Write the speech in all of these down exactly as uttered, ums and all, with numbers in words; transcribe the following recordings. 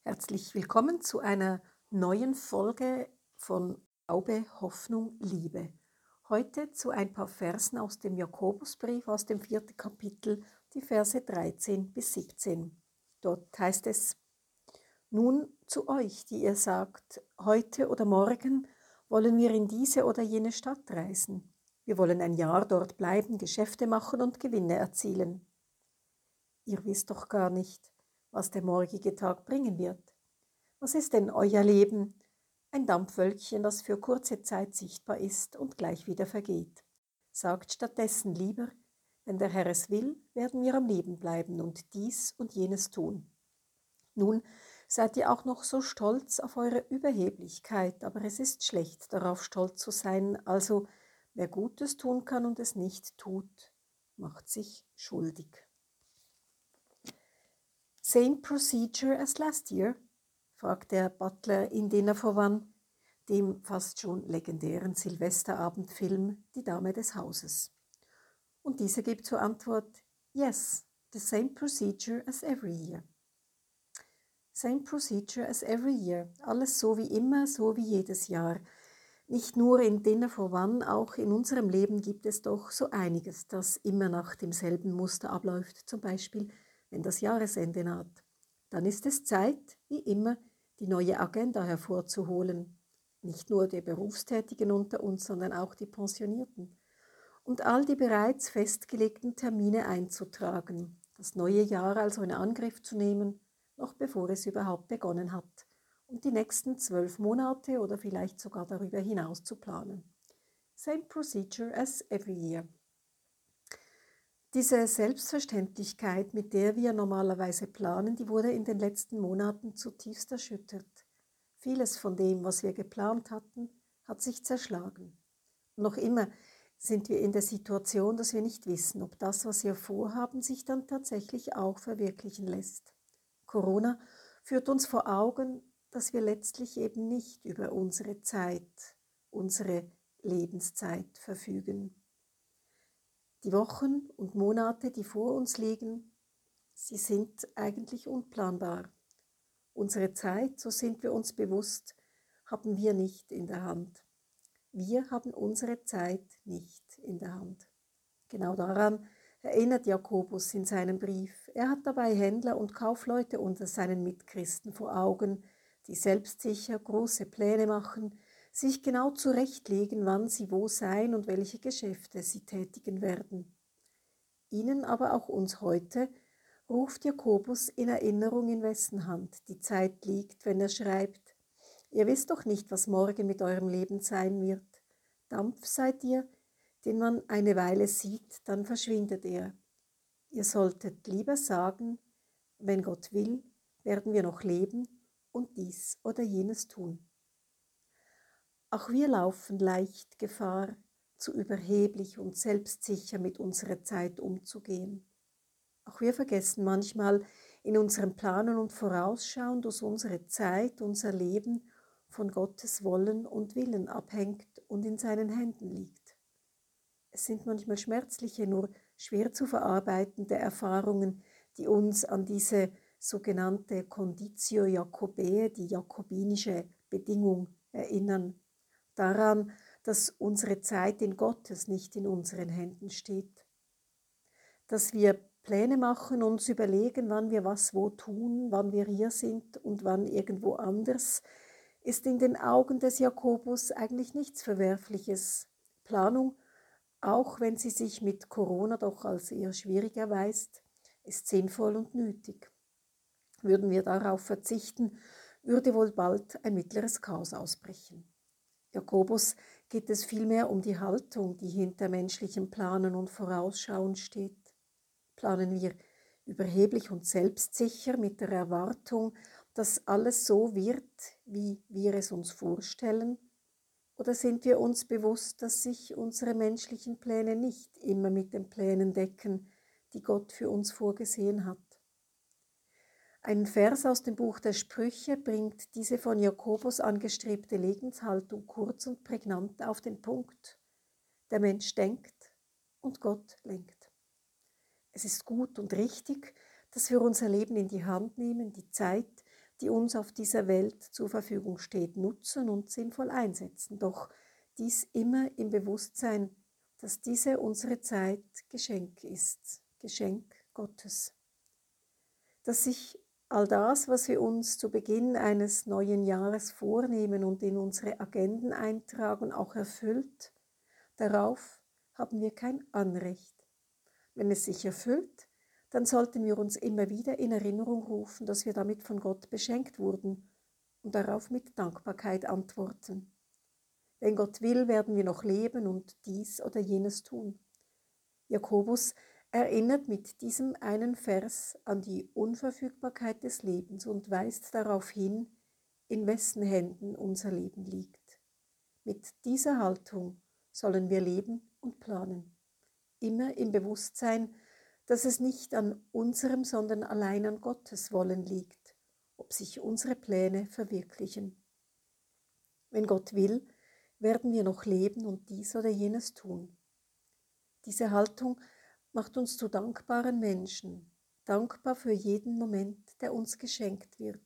Herzlich willkommen zu einer neuen Folge von Glaube, Hoffnung, Liebe. Heute zu ein paar Versen aus dem Jakobusbrief, aus dem vierten Kapitel, die Verse dreizehn bis siebzehn. Dort heißt es: Nun zu euch, die ihr sagt, heute oder morgen wollen wir in diese oder jene Stadt reisen. Wir wollen ein Jahr dort bleiben, Geschäfte machen und Gewinne erzielen. Ihr wisst doch gar nicht, was der morgige Tag bringen wird. Was ist denn euer Leben? Ein Dampfwölkchen, das für kurze Zeit sichtbar ist und gleich wieder vergeht. Sagt stattdessen lieber, wenn der Herr es will, werden wir am Leben bleiben und dies und jenes tun. Nun seid ihr auch noch so stolz auf eure Überheblichkeit, aber es ist schlecht, darauf stolz zu sein. Also, wer Gutes tun kann und es nicht tut, macht sich schuldig. Same procedure as last year? Fragt der Butler in Dinner for One, dem fast schon legendären Silvesterabendfilm Die Dame des Hauses. Und dieser gibt zur Antwort: Yes, the same procedure as every year. Same procedure as every year. Alles so wie immer, so wie jedes Jahr. Nicht nur in Dinner for One, auch in unserem Leben gibt es doch so einiges, das immer nach demselben Muster abläuft. Zum Beispiel, wenn das Jahresende naht. Dann ist es Zeit, wie immer, die neue Agenda hervorzuholen. Nicht nur die Berufstätigen unter uns, sondern auch die Pensionierten. Und all die bereits festgelegten Termine einzutragen. Das neue Jahr also in Angriff zu nehmen, noch bevor es überhaupt begonnen hat. Und die nächsten zwölf Monate oder vielleicht sogar darüber hinaus zu planen. Same procedure as every year. Diese Selbstverständlichkeit, mit der wir normalerweise planen, die wurde in den letzten Monaten zutiefst erschüttert. Vieles von dem, was wir geplant hatten, hat sich zerschlagen. Und noch immer sind wir in der Situation, dass wir nicht wissen, ob das, was wir vorhaben, sich dann tatsächlich auch verwirklichen lässt. Corona führt uns vor Augen, dass wir letztlich eben nicht über unsere Zeit, unsere Lebenszeit verfügen. Die Wochen und Monate, die vor uns liegen, sie sind eigentlich unplanbar. Unsere Zeit, so sind wir uns bewusst, haben wir nicht in der Hand. Wir haben unsere Zeit nicht in der Hand. Genau daran erinnert Jakobus in seinem Brief. Er hat dabei Händler und Kaufleute unter seinen Mitchristen vor Augen, die selbstsicher große Pläne machen, sich genau zurechtlegen, wann sie wo sein und welche Geschäfte sie tätigen werden. Ihnen, aber auch uns heute, ruft Jakobus in Erinnerung, in wessen Hand die Zeit liegt, wenn er schreibt: Ihr wisst doch nicht, was morgen mit eurem Leben sein wird. Dampf seid ihr, den man eine Weile sieht, dann verschwindet er. Ihr solltet lieber sagen, wenn Gott will, werden wir noch leben und dies oder jenes tun. Auch wir laufen leicht Gefahr, zu überheblich und selbstsicher mit unserer Zeit umzugehen. Auch wir vergessen manchmal in unserem Planen und Vorausschauen, dass unsere Zeit, unser Leben von Gottes Wollen und Willen abhängt und in seinen Händen liegt. Es sind manchmal schmerzliche, nur schwer zu verarbeitende Erfahrungen, die uns an diese sogenannte Conditio Jacobae, die jakobinische Bedingung, erinnern. Daran, dass unsere Zeit in Gottes, nicht in unseren Händen steht. Dass wir Pläne machen, uns überlegen, wann wir was wo tun, wann wir hier sind und wann irgendwo anders, ist in den Augen des Jakobus eigentlich nichts Verwerfliches. Planung, auch wenn sie sich mit Corona doch als eher schwierig erweist, ist sinnvoll und nötig. Würden wir darauf verzichten, würde wohl bald ein mittleres Chaos ausbrechen. Jakobus geht es vielmehr um die Haltung, die hinter menschlichem Planen und Vorausschauen steht. Planen wir überheblich und selbstsicher mit der Erwartung, dass alles so wird, wie wir es uns vorstellen? Oder sind wir uns bewusst, dass sich unsere menschlichen Pläne nicht immer mit den Plänen decken, die Gott für uns vorgesehen hat? Ein Vers aus dem Buch der Sprüche bringt diese von Jakobus angestrebte Lebenshaltung kurz und prägnant auf den Punkt. Der Mensch denkt und Gott lenkt. Es ist gut und richtig, dass wir unser Leben in die Hand nehmen, die Zeit, die uns auf dieser Welt zur Verfügung steht, nutzen und sinnvoll einsetzen. Doch dies immer im Bewusstsein, dass diese unsere Zeit Geschenk ist, Geschenk Gottes. Dass sich all das, was wir uns zu Beginn eines neuen Jahres vornehmen und in unsere Agenden eintragen, auch erfüllt, darauf haben wir kein Anrecht. Wenn es sich erfüllt, dann sollten wir uns immer wieder in Erinnerung rufen, dass wir damit von Gott beschenkt wurden und darauf mit Dankbarkeit antworten. Wenn Gott will, werden wir noch leben und dies oder jenes tun. Jakobus erinnert mit diesem einen Vers an die Unverfügbarkeit des Lebens und weist darauf hin, in wessen Händen unser Leben liegt. Mit dieser Haltung sollen wir leben und planen, immer im Bewusstsein, dass es nicht an unserem, sondern allein an Gottes Wollen liegt, ob sich unsere Pläne verwirklichen. Wenn Gott will, werden wir noch leben und dies oder jenes tun. Diese Haltung macht uns zu dankbaren Menschen, dankbar für jeden Moment, der uns geschenkt wird.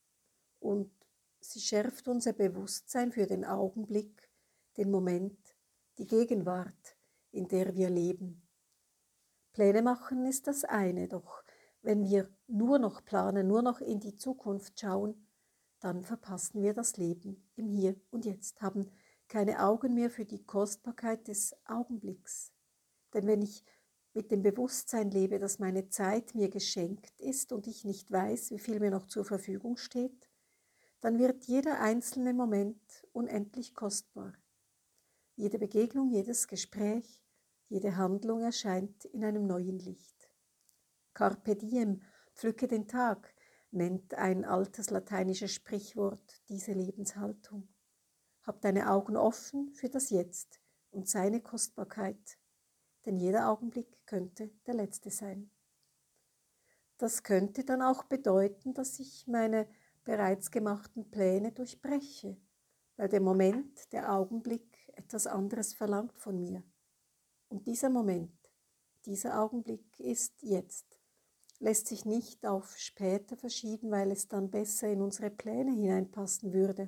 Und sie schärft unser Bewusstsein für den Augenblick, den Moment, die Gegenwart, in der wir leben. Pläne machen ist das eine, doch wenn wir nur noch planen, nur noch in die Zukunft schauen, dann verpassen wir das Leben im Hier und Jetzt, haben keine Augen mehr für die Kostbarkeit des Augenblicks. Denn wenn ich mit dem Bewusstsein lebe, dass meine Zeit mir geschenkt ist und ich nicht weiß, wie viel mir noch zur Verfügung steht, dann wird jeder einzelne Moment unendlich kostbar. Jede Begegnung, jedes Gespräch, jede Handlung erscheint in einem neuen Licht. Carpe diem, pflücke den Tag, nennt ein altes lateinisches Sprichwort diese Lebenshaltung. Hab deine Augen offen für das Jetzt und seine Kostbarkeit, denn jeder Augenblick könnte der letzte sein. Das könnte dann auch bedeuten, dass ich meine bereits gemachten Pläne durchbreche, weil der Moment, der Augenblick etwas anderes verlangt von mir. Und dieser Moment, dieser Augenblick ist jetzt, lässt sich nicht auf später verschieben, weil es dann besser in unsere Pläne hineinpassen würde.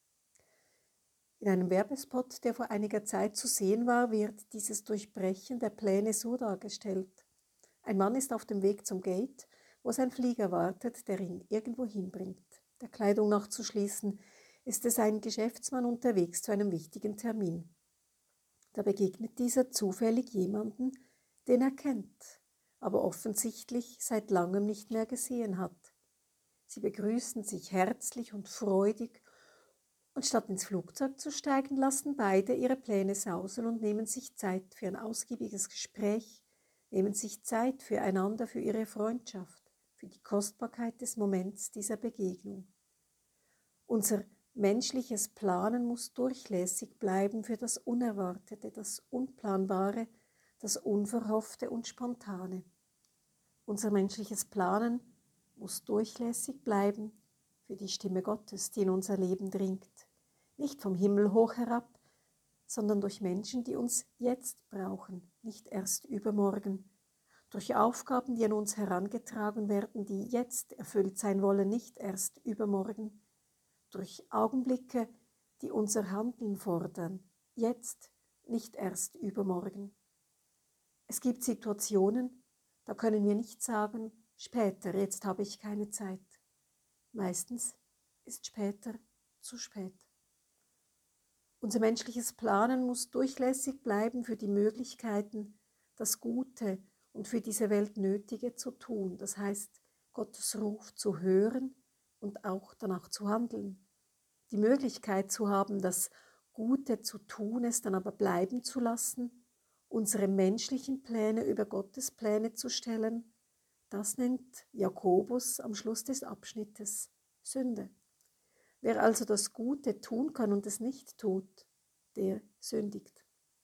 In einem Werbespot, der vor einiger Zeit zu sehen war, wird dieses Durchbrechen der Pläne so dargestellt. Ein Mann ist auf dem Weg zum Gate, wo sein Flieger wartet, der ihn irgendwo hinbringt. Der Kleidung nachzuschließen, ist es ein Geschäftsmann unterwegs zu einem wichtigen Termin. Da begegnet dieser zufällig jemanden, den er kennt, aber offensichtlich seit langem nicht mehr gesehen hat. Sie begrüßen sich herzlich und freudig und statt ins Flugzeug zu steigen, lassen beide ihre Pläne sausen und nehmen sich Zeit für ein ausgiebiges Gespräch, nehmen sich Zeit füreinander, für ihre Freundschaft, für die Kostbarkeit des Moments dieser Begegnung. Unser menschliches Planen muss durchlässig bleiben für das Unerwartete, das Unplanbare, das Unverhoffte und Spontane. Unser menschliches Planen muss durchlässig bleiben für die Stimme Gottes, die in unser Leben dringt. Nicht vom Himmel hoch herab, sondern durch Menschen, die uns jetzt brauchen, nicht erst übermorgen. Durch Aufgaben, die an uns herangetragen werden, die jetzt erfüllt sein wollen, nicht erst übermorgen. Durch Augenblicke, die unser Handeln fordern, jetzt, nicht erst übermorgen. Es gibt Situationen, da können wir nicht sagen, später, jetzt habe ich keine Zeit. Meistens ist später zu spät. Unser menschliches Planen muss durchlässig bleiben für die Möglichkeiten, das Gute und für diese Welt Nötige zu tun. Das heißt, Gottes Ruf zu hören und auch danach zu handeln. Die Möglichkeit zu haben, das Gute zu tun, es dann aber bleiben zu lassen, unsere menschlichen Pläne über Gottes Pläne zu stellen, das nennt Jakobus am Schluss des Abschnittes Sünde. Wer also das Gute tun kann und es nicht tut, der sündigt.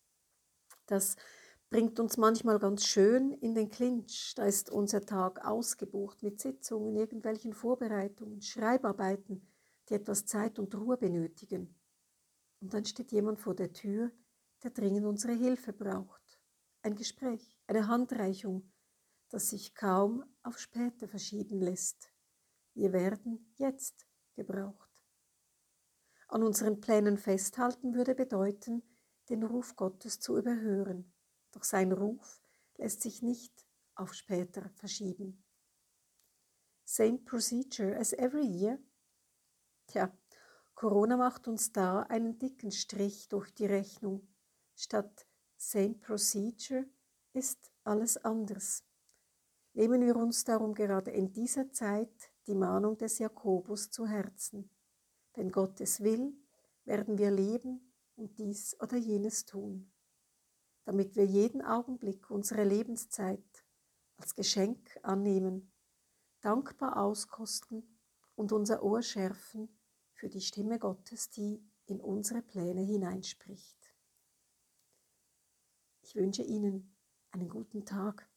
Das bringt uns manchmal ganz schön in den Clinch. Da ist unser Tag ausgebucht mit Sitzungen, irgendwelchen Vorbereitungen, Schreibarbeiten, die etwas Zeit und Ruhe benötigen. Und dann steht jemand vor der Tür, der dringend unsere Hilfe braucht. Ein Gespräch, eine Handreichung, das sich kaum auf später verschieben lässt. Wir werden jetzt gebraucht. An unseren Plänen festhalten würde bedeuten, den Ruf Gottes zu überhören. Doch sein Ruf lässt sich nicht auf später verschieben. Same procedure as every year? Tja, Corona macht uns da einen dicken Strich durch die Rechnung. Statt same procedure ist alles anders. Nehmen wir uns darum gerade in dieser Zeit die Mahnung des Jakobus zu Herzen. Wenn Gott es will, werden wir leben und dies oder jenes tun, damit wir jeden Augenblick unserer Lebenszeit als Geschenk annehmen, dankbar auskosten und unser Ohr schärfen für die Stimme Gottes, die in unsere Pläne hineinspricht. Ich wünsche Ihnen einen guten Tag.